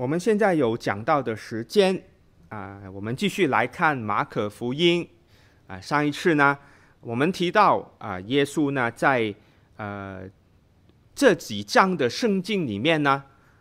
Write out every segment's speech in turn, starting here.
我们现在有讲到的时间我们继续来看马可福音上一次呢，我们提到耶稣呢在这几章的圣经里面呢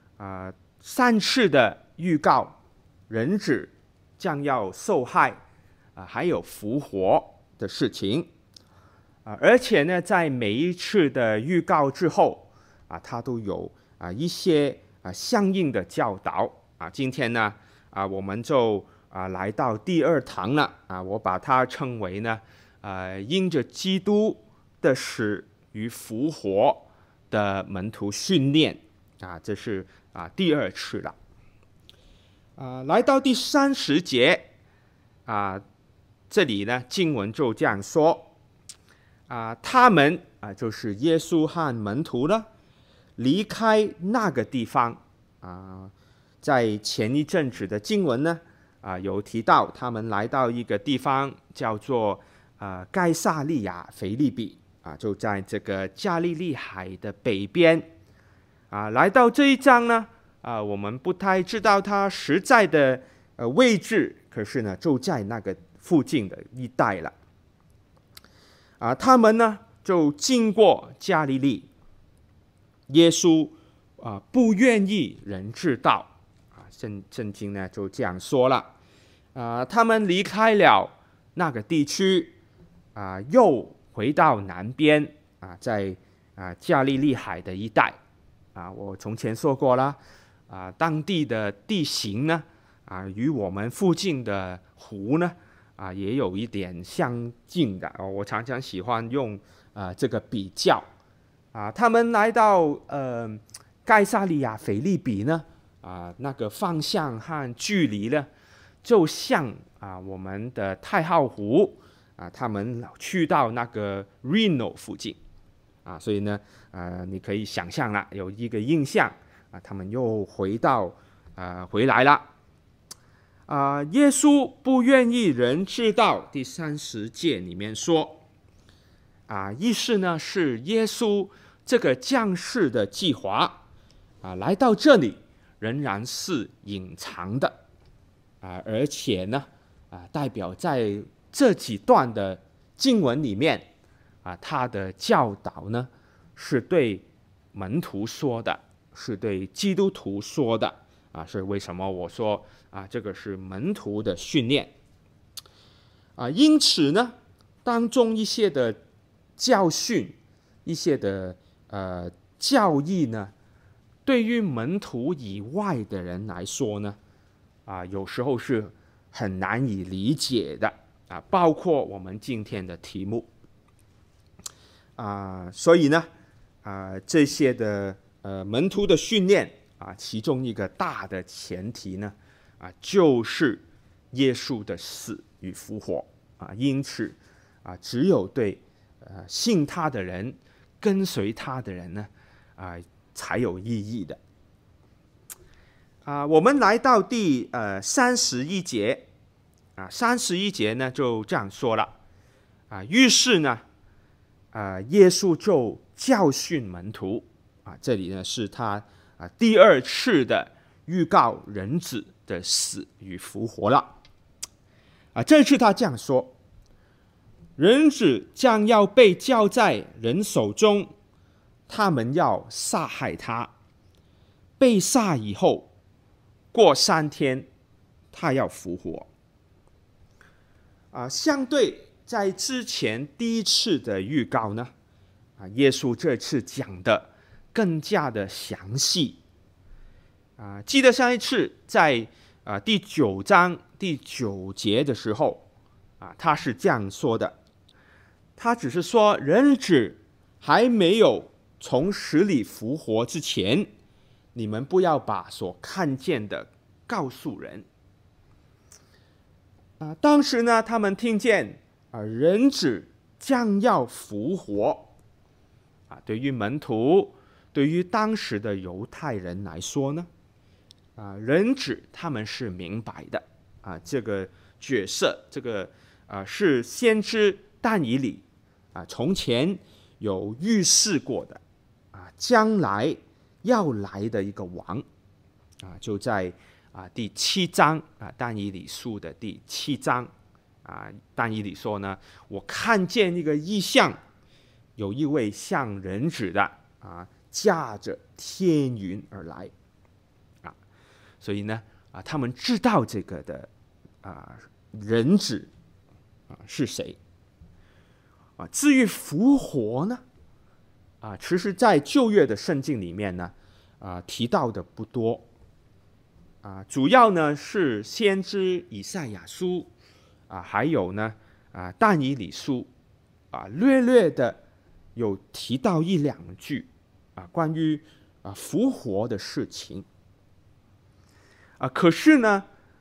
3次的预告人子将要受害还有复活的事情而且呢，在每一次的预告之后他都有一些相应的教导今天呢我们就来到第2堂了我把它称为呢因着基督的死与复活的门徒训练这是第2次了来到第30节这里呢经文就这样说他们就是耶稣和门徒呢离开那个地方在前一阵子的经文呢有提到他们来到一个地方叫做该撒利亚腓立比就在这个加利利海的北边来到这一章呢我们不太知道它实在的位置，可是呢就在那个附近的一带了他们呢就经过加利利，耶稣不愿意人知道圣经呢就这样说了他们离开了那个地区又回到南边在加利利海的一带我从前说过了当地的地形呢与我们附近的湖呢也有一点相近的我常常喜欢用这个比较他们来到该撒利亚腓立比呢那个方向和距离呢就像我们的太浩湖他们去到那个 Reno 附近所以呢你可以想象了有一个印象他们又回来了耶稣不愿意人知道，第30节里面说意思呢是耶稣这个降世的计划来到这里仍然是隐藏的而且呢代表在这几段的经文里面他的教导呢是对门徒说的，是对基督徒说的是为什么我说这个是门徒的训练因此呢当中一些的教训，一些的教义呢对于门徒以外的人来说呢有时候是很难以理解的包括我们今天的题目所以呢这些的门徒的训练其中一个大的前提呢就是耶稣的死与复活因此只有对信他的人跟随他的人呢才有意义的我们来到第31节31节呢就这样说了于是呢耶稣就教训门徒这里呢是他第2次的预告人子的死与复活了这次他这样说，人子将要被交在人手中，他们要杀害他，被杀以后过3天他要复活相对在之前第1次的预告呢耶稣这次讲的更加的详细记得上一次在第9章第9节的时候他是这样说的，他只是说人子还没有从死里复活之前，你们不要把所看见的告诉人当时呢他们听见人子将要复活对于门徒，对于当时的犹太人来说呢人子他们是明白的这个角色，这个是先知但以理从前有预示过的将来要来的一个王就在第7章但以理书的第7章但以理说呢，我看见一个异象，有一位像人子的驾着天云而来所以呢他们知道这个的人子是谁至于复活呢其实在旧约的圣经里面呢提到的不多主要呢是先知以赛亚书还有呢但以理书略略的有提到1-2句关于复活的事情可是呢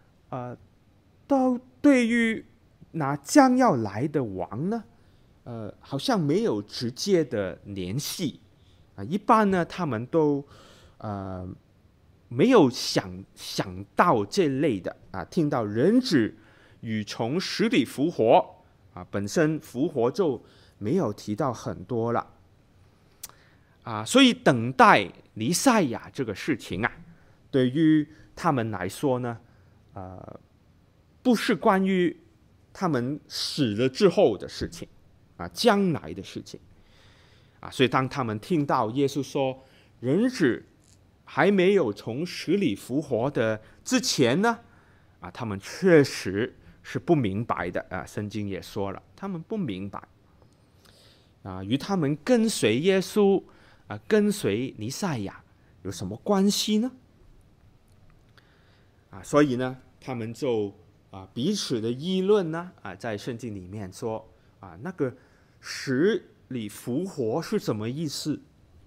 对于那将要来的王呢好像没有直接的联系一般呢他们都没有想到这类的听到人子与从死里复活本身复活就没有提到很多了所以等待弥赛亚这个事情对于他们来说呢不是关于他们死了之后的事情将来的事情所以当他们听到耶稣说人子还没有从死里复活的之前呢他们确实是不明白的圣经也说了他们不明白与他们跟随耶稣跟随弥赛亚有什么关系呢所以呢他们就彼此的议论呢在圣经里面说那个死里复活是什么意思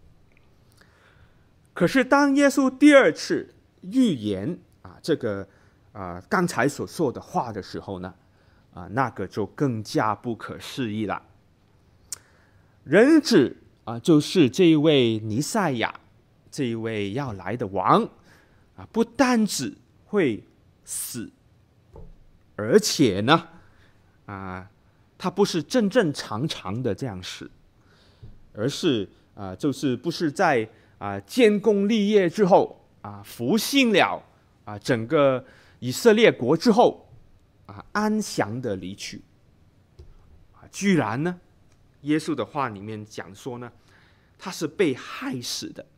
可是当耶稣第2次预言这个刚才所说的话的时候呢那个就更加不可思议了人子就是这一位弥赛亚这一位要来的王不单只会死而且呢他不是正正常常的这样死而是就是不是在建功立业之后复兴了整个以色列国之后安详的离去居然呢耶稣的话里面讲说呢他是被害死的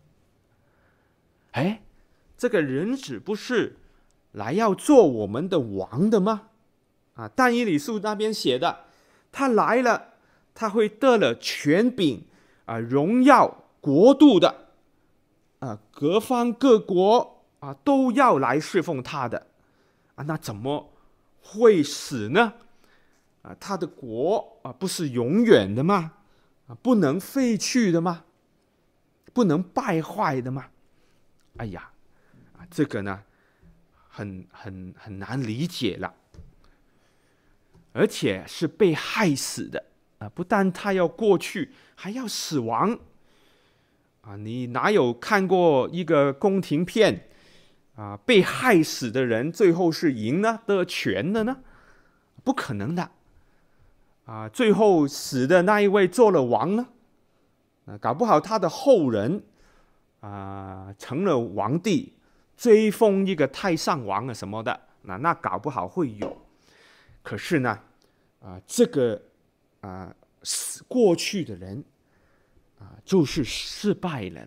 这个人子不是来要做我们的王的吗但以理书那边写的他来了他会得了权柄荣耀国度的各方各国都要来侍奉他的那怎么会死呢他的国不是永远的吗不能废去的吗不能败坏的吗哎呀这个呢很难理解了而且是被害死的不但他要过去还要死亡你哪有看过一个宫廷片被害死的人最后是赢了得权的呢不可能的最后死的那一位做了王呢搞不好他的后人成了皇帝追封一个太上皇什么的那搞不好会有可是呢这个死过去的人就是失败了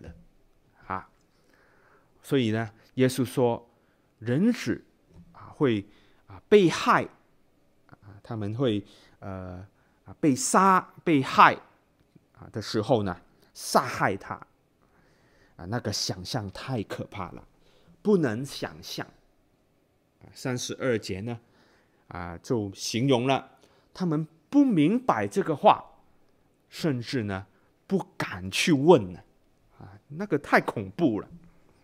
所以呢耶稣说人子会被害他们会被杀被害的时候呢杀害他那个想象太可怕了不能想象32节呢就形容了他们不明白这个话甚至呢不敢去问呢那个太恐怖了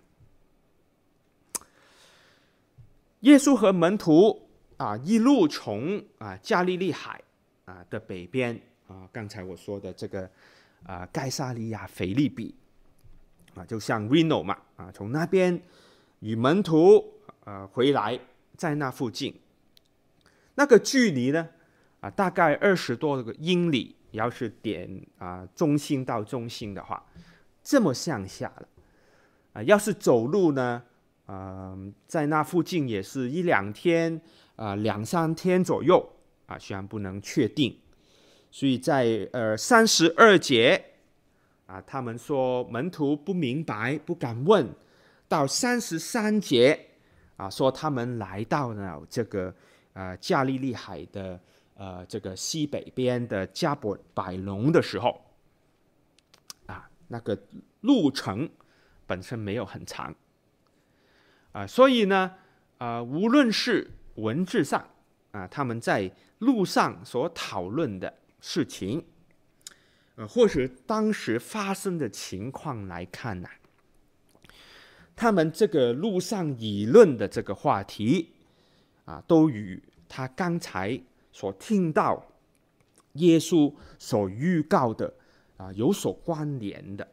耶稣和门徒一路从加利利海的北边刚才我说的这个盖撒利亚腓立比就像 Reno 嘛从那边与门徒回来在那附近那个距离呢大概20多个英里要是点中心到中心的话这么向下了要是走路呢在那附近也是1-2天2-3天左右虽然不能确定。所以在32节他们说门徒不明白，不敢问。到33节说他们来到了这个加利利海的这个西北边的加伯百农的时候那个路程本身没有很长所以呢无论是文字上他们在路上所讨论的事情或是当时发生的情况来看他们这个路上议论的这个话题都与他刚才所听到耶稣所预告的有所关联的。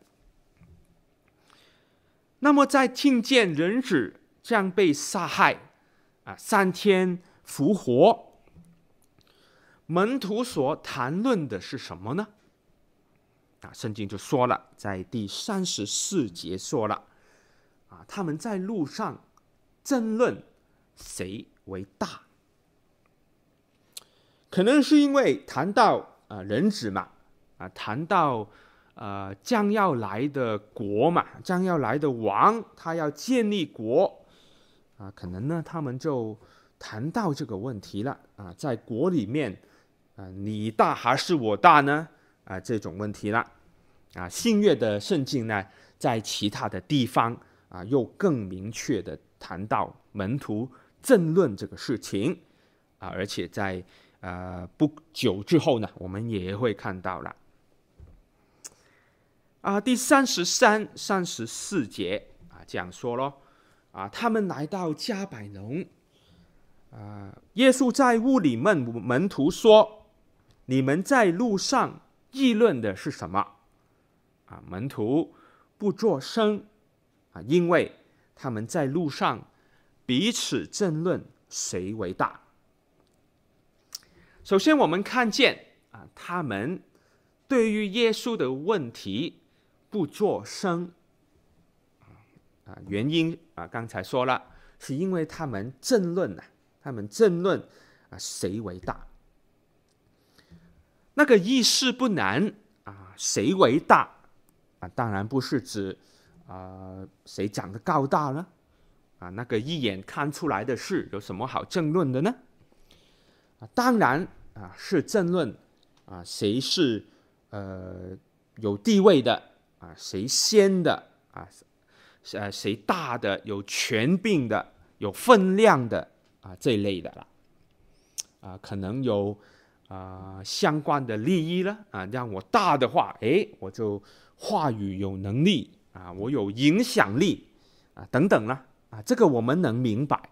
那么在听见人子这样被杀害3天复活，门徒所谈论的是什么呢？圣经就说了，在第34节说了他们在路上争论谁为大。可能是因为谈到人子嘛谈到将要来的国嘛，将要来的王，他要建立国可能呢他们就谈到这个问题了在国里面你大还是我大呢这种问题了新约的圣经呢在其他的地方又更明确的谈到门徒争论这个事情而且在不久之后呢我们也会看到了第33、34节这样说咯他们来到加百农耶稣在屋里问门徒说，你们在路上议论的是什么门徒不作声因为他们在路上彼此争论谁为大。首先我们看见他们对于耶稣的问题不作声原因刚才说了，是因为他们争论谁为大。那个意思不难谁为大当然不是指谁长得高大呢那个一眼看出来的事有什么好争论的呢当然是争论谁是有地位的谁先的谁大的，有权柄的，有分量的这一类的了可能有相关的利益了让我大的话我就话语有能力我有影响力等等了这个我们能明白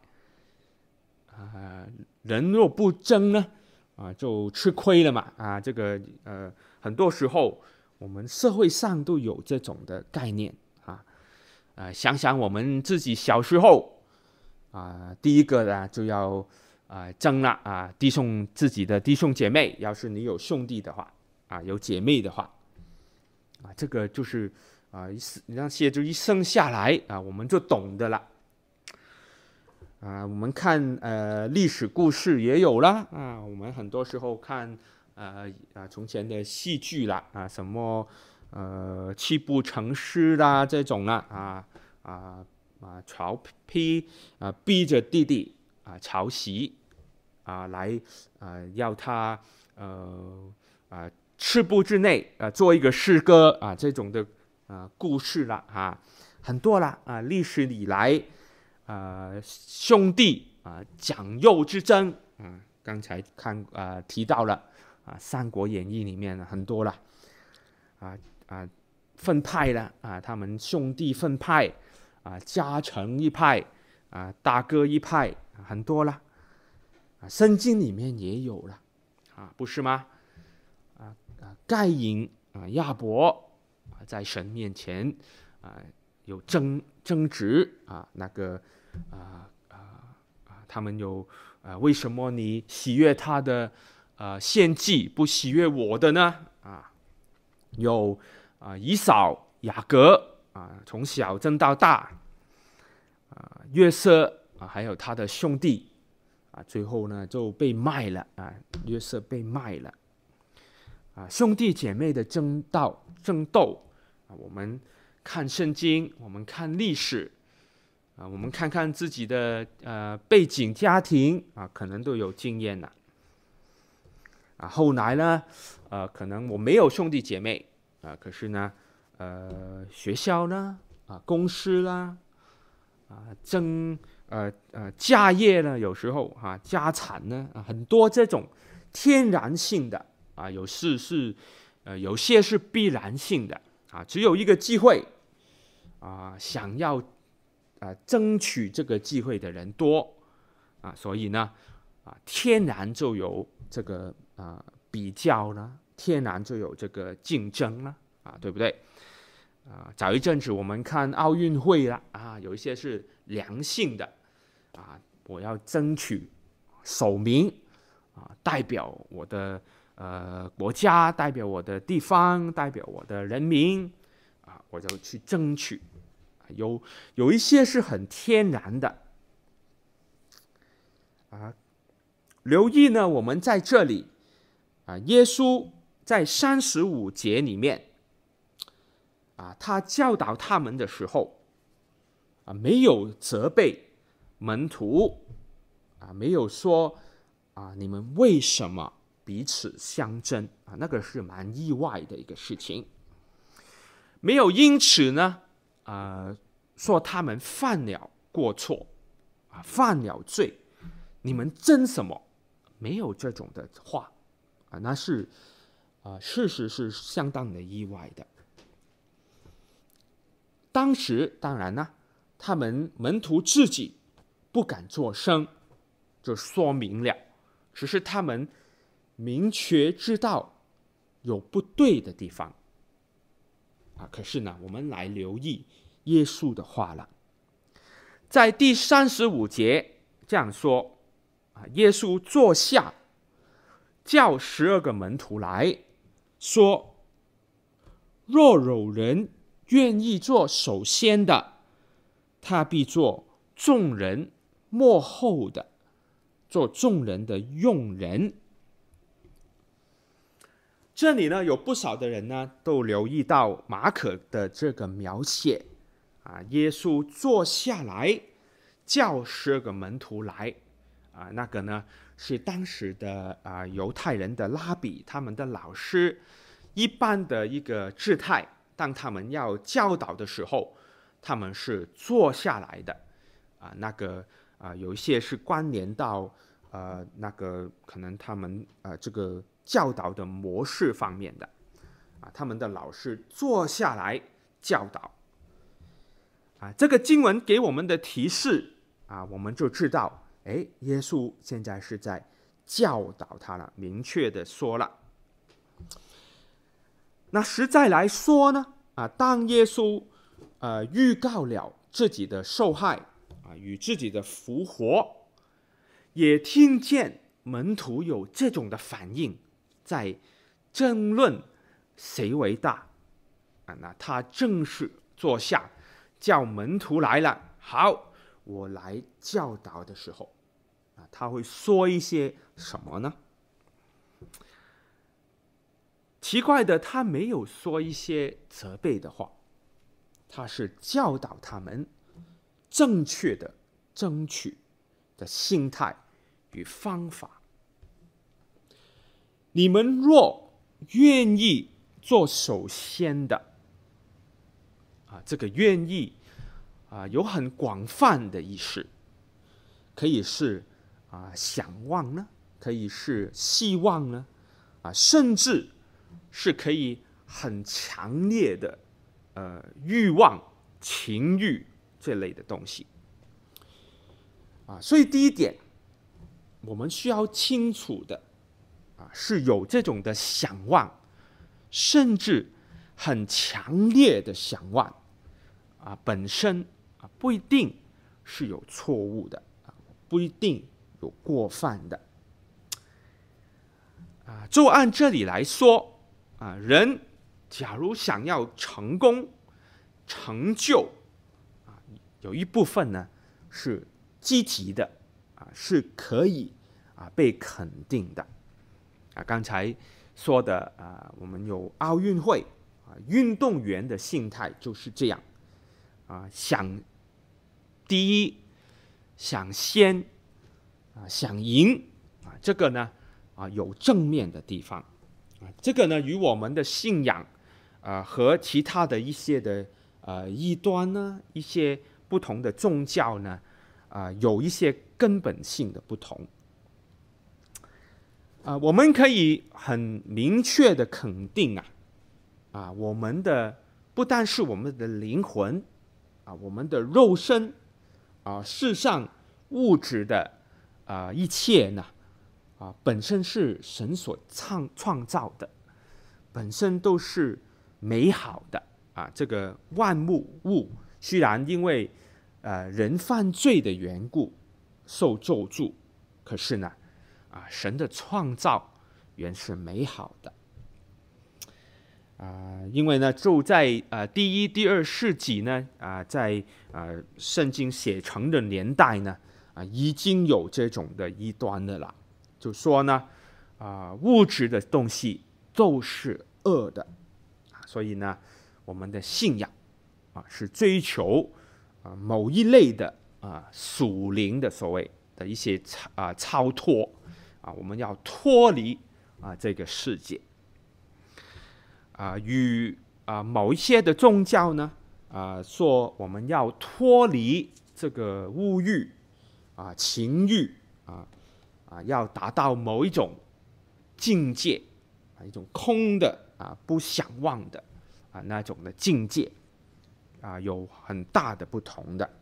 人若不争呢就吃亏了嘛这个很多时候我们社会上都有这种的概念想想我们自己小时候第一个呢就要争了自己的弟兄姐妹，要是你有兄弟的话有姐妹的话这个就是那些就一生下来我们就懂的了我们看历史故事也有啦我们很多时候看从前的戏剧啦什么泣不成诗啦这种啦曹丕逼着弟弟曹丕来要他赤步之内做一个诗歌这种的故事啦很多啦历史以来兄弟长幼之争刚才提到了三国演义里面很多了分派了他们兄弟分派家臣一派大哥一派很多了圣经里面也有了不是吗该隐亚伯在神面前有争执那个他们有为什么你喜悦他的献祭不喜悦我的呢有以扫雅各从小争到大约瑟还有他的兄弟最后呢就被卖了约瑟被卖了兄弟姐妹的争斗我们看圣经，我们看历史我们看看自己的背景家庭可能都有经验了后来呢可能我没有兄弟姐妹可是呢学校呢公司啦家业呢，有时候家产呢很多这种天然性的有些是必然性的只有一个机会想要争取这个机会的人多所以呢天然就有这个比较呢，天然就有这个竞争了对不对早一阵子我们看奥运会了有一些是良性的我要争取首名代表我的国家，代表我的地方，代表我的人民我就去争取有一些是很天然的留意呢，我们在这里耶稣在35节里面他教导他们的时候没有责备门徒没有说你们为什么彼此相争那个是蛮意外的一个事情，没有因此呢说他们犯了过错犯了罪，你们争什么？没有这种的话那是事实是相当的意外的。当时当然呢，他们门徒自己不敢作声，就说明了，只是他们明确知道有不对的地方可是呢，我们来留意耶稣的话了，在第35节这样说耶稣坐下，叫12个门徒来说，若有人愿意做首先的，他必做众人末后的，做众人的用人。这里呢，有不少的人呢都留意到马可的这个描写耶稣坐下来叫12个门徒来那个呢是当时的犹太人的拉比，他们的老师一般的一个姿态，当他们要教导的时候，他们是坐下来的那个有一些是关联到那个可能他们这个教导的模式方面的他们的老师坐下来教导这个经文给我们的提示我们就知道耶稣现在是在教导他了，明确的说了。那实在来说呢当耶稣预告了自己的受害与自己的复活，也听见门徒有这种的反应，在争论谁为大那他正式坐下叫门徒来了，好，我来教导的时候他会说一些什么呢？奇怪的，他没有说一些责备的话，他是教导他们正确的争取的心态与方法。你们若愿意做首先的这个愿意有很广泛的意思，可以是想望呢，可以是希望呢甚至是可以很强烈的欲望、情欲这类的东西所以第一点，我们需要清楚的是有这种的想望，甚至很强烈的想望本身不一定是有错误的不一定有过犯的就按这里来说人假如想要成功成就有一部分呢是积极的是可以被肯定的刚才说的我们有奥运会运动员的心态就是这样想第一，想先想赢这个呢有正面的地方这个呢与我们的信仰和其他的一些的异端呢，一些不同的宗教呢有一些根本性的不同我们可以很明确的肯定我们的不单是我们的灵魂我们的肉身世上物质的一切呢本身是神所创造的，本身都是美好的这个万物虽然因为人犯罪的缘故受咒诅，可是呢神的创造原是美好的因为呢就在第一、第二世纪呢在圣经写成的年代呢已经有这种的异端的啦，就说呢物质的东西都是恶的所以呢我们的信仰是追求某一类的属灵的所谓的一些超脱我们要脱离这个世界与某一些的宗教呢说我们要脱离这个物欲情欲要达到某一种境界一种空的不想望的那种的境界有很大的不同的。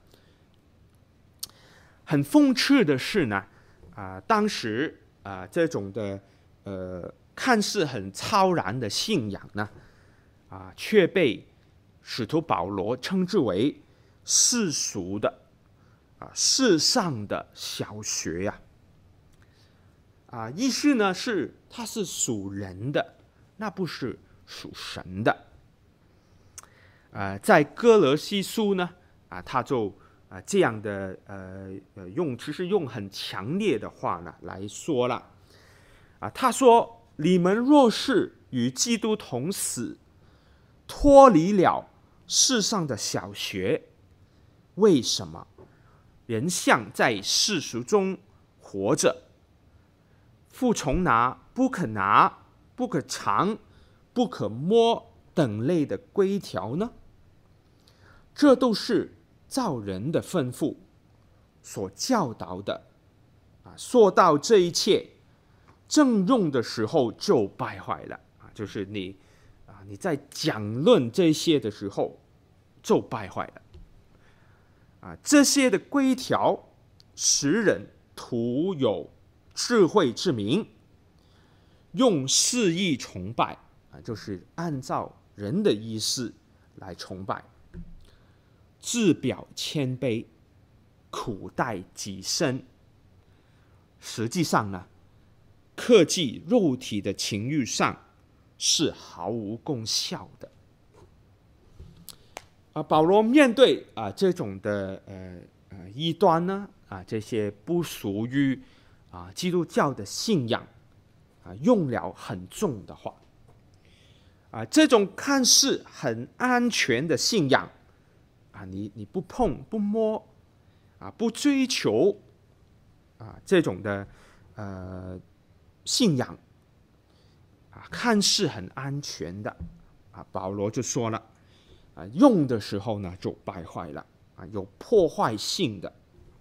很讽刺的是呢当时这种的看似很超然的信仰呢却被使徒保罗称之为世俗的世上的小学意思呢是它是属人的，那不是属神的在哥罗西书呢他就这样的其实用很强烈的话呢来说了他说你们若是与基督同死，脱离了世上的小学，为什么人像在世俗中活着，服从不可拿、不可尝、不可摸等类的规条呢？这都是照人的吩咐所教导的说到这一切正用的时候就败坏了就是你在讲论这些的时候就败坏了这些的规条使人徒有智慧之名，用肆意崇拜就是按照人的意思来崇拜，自表谦卑，苦待己身，实际上呢克己肉体的情欲上是毫无功效的保罗面对这种的异端呢这些不属于基督教的信仰用了很重的话这种看似很安全的信仰你不碰不摸不追求这种的信仰看似很安全的保罗就说了用的时候呢就败坏了有破坏性的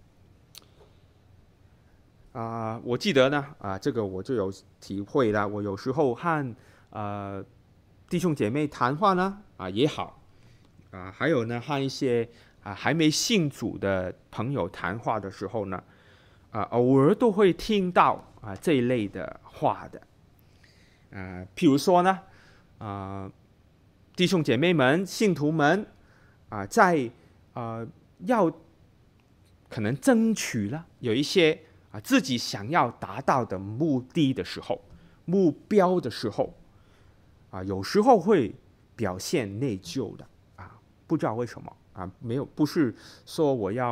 我记得呢这个我就有体会了，我有时候和弟兄姐妹谈话呢也好还有呢和一些还没信主的朋友谈话的时候呢偶尔都会听到这一类的话的譬如说呢弟兄姐妹们信徒们在要可能争取了有一些自己想要达到的目的的时候，目标的时候有时候会表现内疚的不知道为什么没有，不是说我要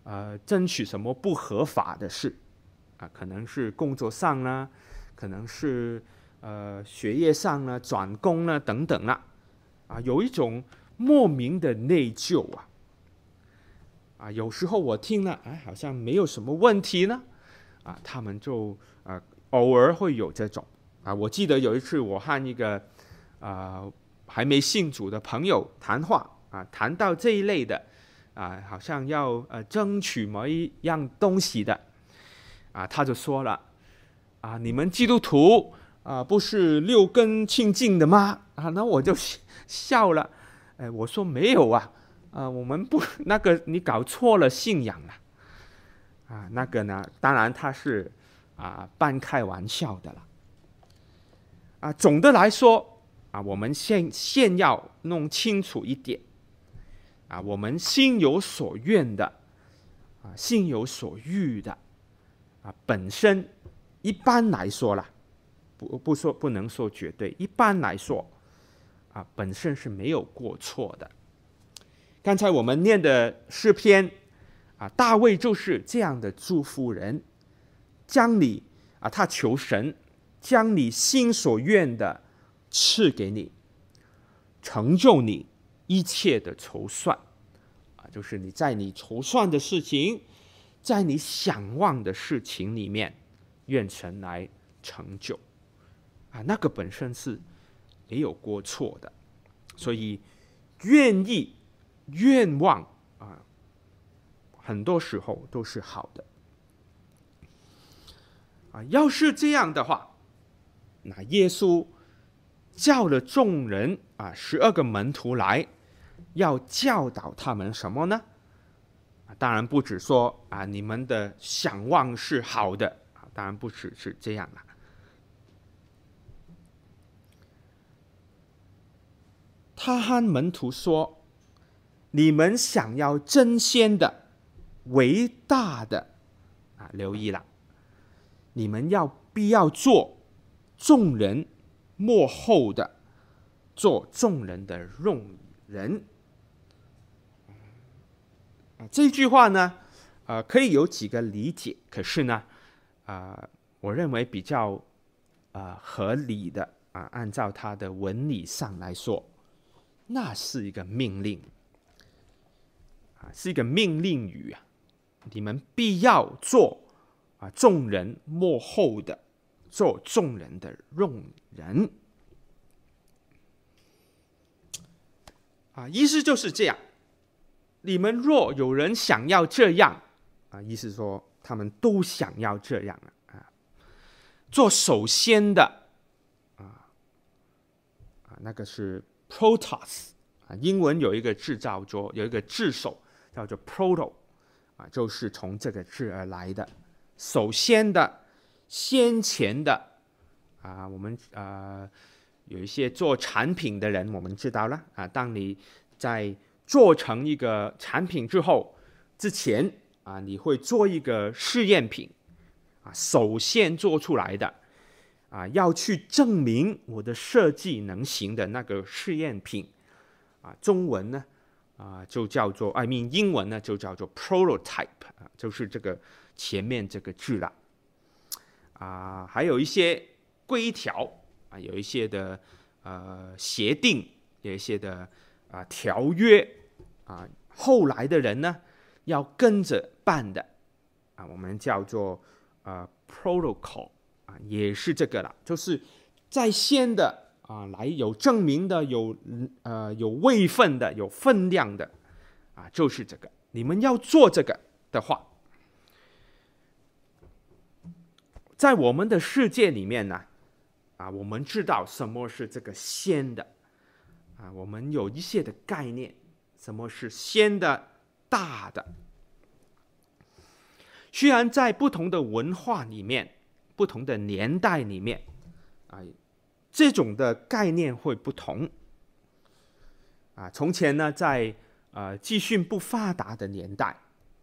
争取什么不合法的事啊，可能是工作上呢，可能是学业上呢，转工呢等等啊，有一种莫名的内疚啊，有时候我听了，好像没有什么问题呢，他们就偶尔会有这种我记得有一次我和一个还没信主的朋友谈话谈到这一类的好像要争取某一样东西的他就说了你们基督徒不是6根清净的吗？那我就笑了，我说没有我们不那个你搞错了信仰了那个呢，当然他是半开玩笑的了总的来说我们先要弄清楚一点我们心有所愿的心有所欲的本身一般来说啦，不能说绝对，一般来说本身是没有过错的。刚才我们念的诗篇大卫就是这样的祝福人，将你他求神将你心所愿的赐给你，成就你一切的筹算就是你在你筹算的事情，在你想望的事情里面，愿神来成就那个本身是没有过错的。所以愿意愿望很多时候都是好的要是这样的话，那耶稣叫了众人12个门徒来，要教导他们什么呢？当然不只说你们的想望是好的当然不只是这样了。他和门徒说，你们想要真仙的伟大的留意了，你们必要做众人幕后的，做众人的用人这句话呢可以有几个理解，可是呢我认为比较合理的按照它的文理上来说，那是一个命令是一个命令语你们必要做众人幕后的，做众人的用人意思就是这样。你们若有人想要这样意思说他们都想要这样做首先的那个是 protos英文有一个字有一个字首叫做 proto就是从这个字而来的，首先的，先前的我们有一些做产品的人我们知道了当你在做成一个产品之前你会做一个试验品首先做出来的要去证明我的设计能行的那个试验品中文呢就叫做英文呢就叫做 prototype 就是这个前面这个字了还有一些规条有一些的协定，有一些的条约后来的人呢要跟着办的我们叫做protocol也是这个了，就是在先的来有证明的，有位分的，有分量的就是这个。你们要做这个的话，在我们的世界里面呢我们知道什么是这个先的我们有一些的概念，什么是先的大的。虽然在不同的文化里面，不同的年代里面这种的概念会不同从前呢，在资讯不发达的年代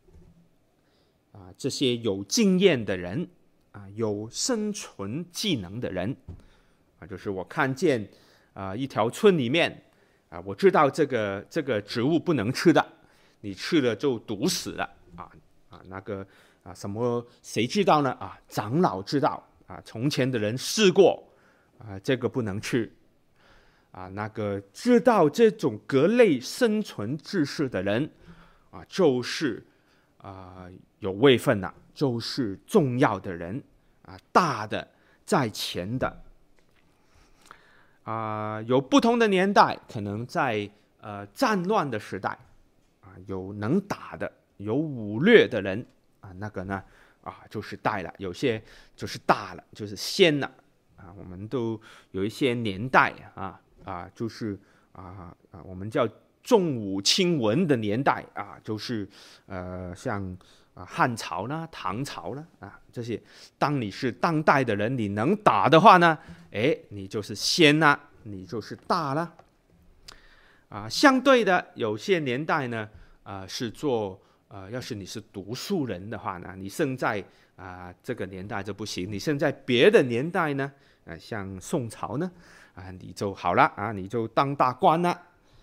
这些有经验的人有生存技能的人就是我看见一条村里面我知道这个植物不能吃的，你吃了就毒死了那个什么谁知道呢？长老知道从前的人试过这个不能吃那个知道这种各类生存知识的人就是有位分了，就是重要的人大的在前的有不同的年代，可能在战乱的时代有能打的，有武略的人那个呢就是大了，有些就是大了，就是先了我们都有一些年代就是我们叫重武轻文的年代就是像汉朝啦、唐朝啦这些，当你是当代的人，你能打的话呢，你就是先啦，你就是大啦相对的，有些年代呢是做要是你是读书人的话呢，你生在这个年代就不行，你生在别的年代呢像宋朝呢你就好了你就当大官了。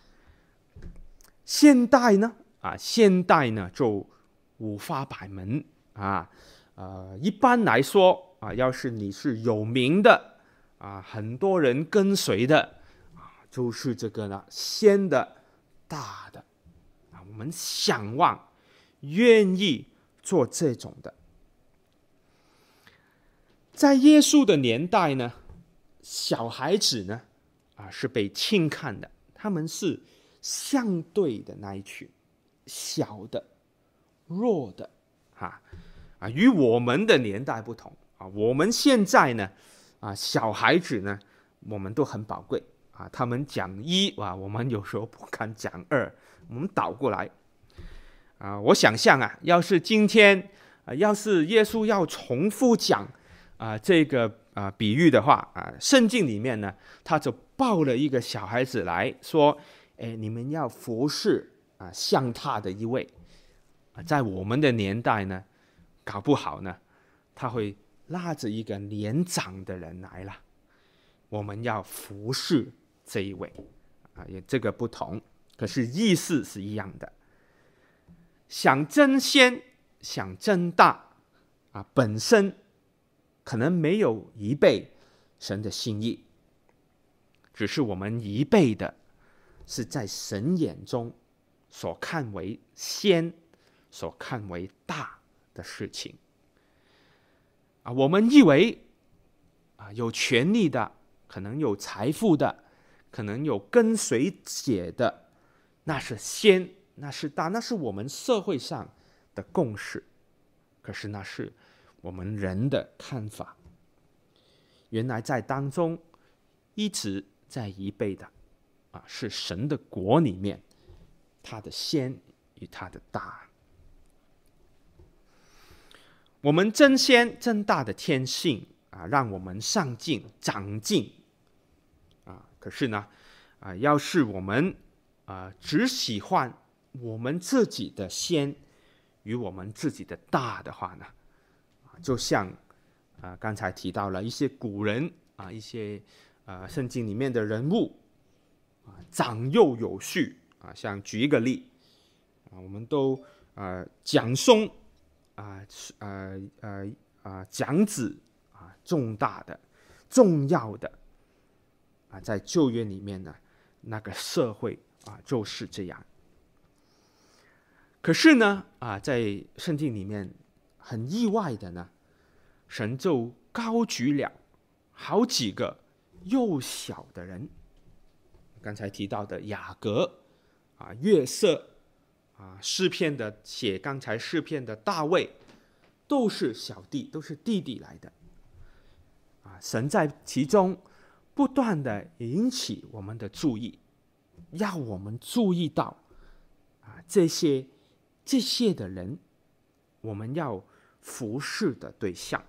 现代呢就五花八门一般来说要是你是有名的很多人跟随的就是这个呢先的大的我们想望愿意做这种的。在耶稣的年代呢，小孩子呢是被轻看的，他们是相对的那一群，小的弱的与我们的年代不同我们现在呢小孩子呢我们都很宝贵他们讲一我们有时候不敢讲二，我们倒过来我想象要是今天要是耶稣要重复讲这个比喻的话圣经里面呢他就抱了一个小孩子来说你们要服侍像他的一位在我们的年代呢搞不好呢他会拉着一个年长的人来了，我们要服侍这一位也这个不同，可是意思是一样的。想争先想争大本身可能没有违背神的心意，只是我们违背的是在神眼中所看为先所看为大的事情我们以为有权力的，可能有财富的，可能有跟随者的，那是先，那是大，那是我们社会上的共识，可是那是我们人的看法。原来在当中一直在违背的是神的国里面他的先与他的大。我们争先争大的天性让我们上进长进可是呢要是我们只喜欢我们自己的先与我们自己的大的话呢就像刚才提到了一些古人一些圣经里面的人物长幼有序像举一个例我们都讲松讲子重大的重要的在旧约里面呢那个社会就是这样。可是呢在圣经里面很意外的呢，神就高举了好几个幼小的人，刚才提到的雅各约瑟诗篇的写刚才诗篇的大卫，都是小弟，都是弟弟来的神在其中不断的引起我们的注意，要我们注意到这些的人我们要服侍的对象。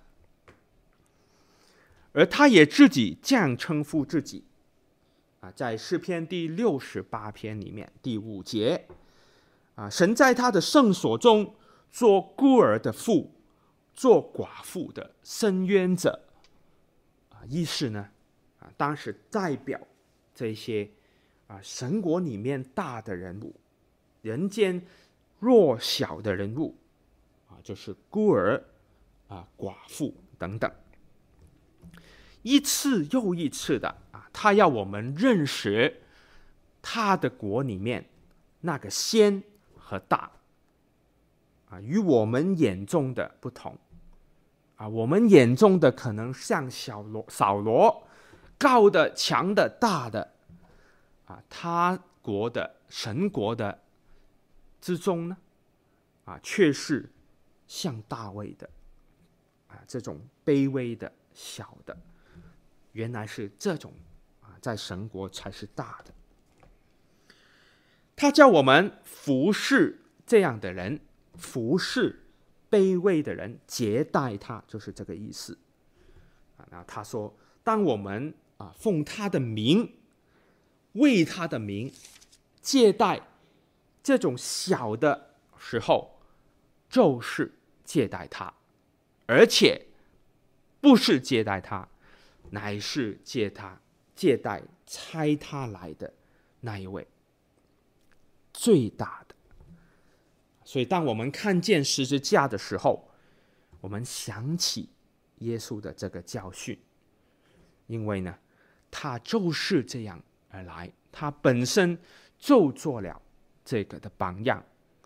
而他也自己这样称呼自己在诗篇第68篇里面第5节神在他的圣所中做孤儿的父，做寡妇的伸冤者意思呢当时代表这些神国里面大的人物，人间弱小的人物就是孤儿寡妇等等，一次又一次的他要我们认识他的国里面那个先和大与我们眼中的不同我们眼中的可能像扫罗，高的、强的、大的他国的神国的之中呢却是像大卫的这种卑微的小的，原来是这种在神国才是大的。他叫我们服侍这样的人，服侍卑微的人，接待他，就是这个意思那他说，当我们奉他的名，为他的名接待这种小的时候，就是接待他，而且不是接待他，乃是接待差他来的那一位最大的。所以当我们看见十字架的时候，我们想起耶稣的这个教训，因为呢他就是这样而来，他本身就做了这个的榜样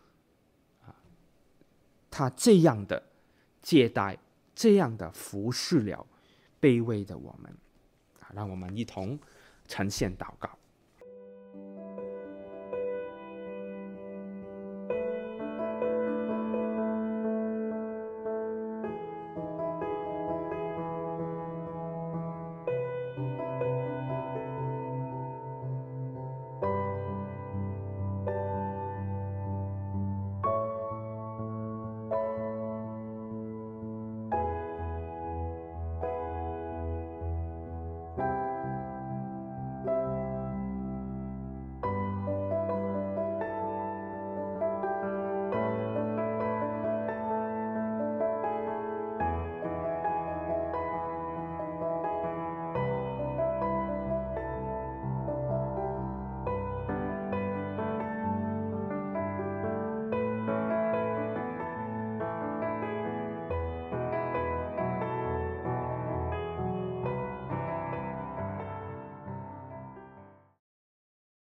他这样的接待，这样的服侍了卑微的我们让我们一同呈现祷告。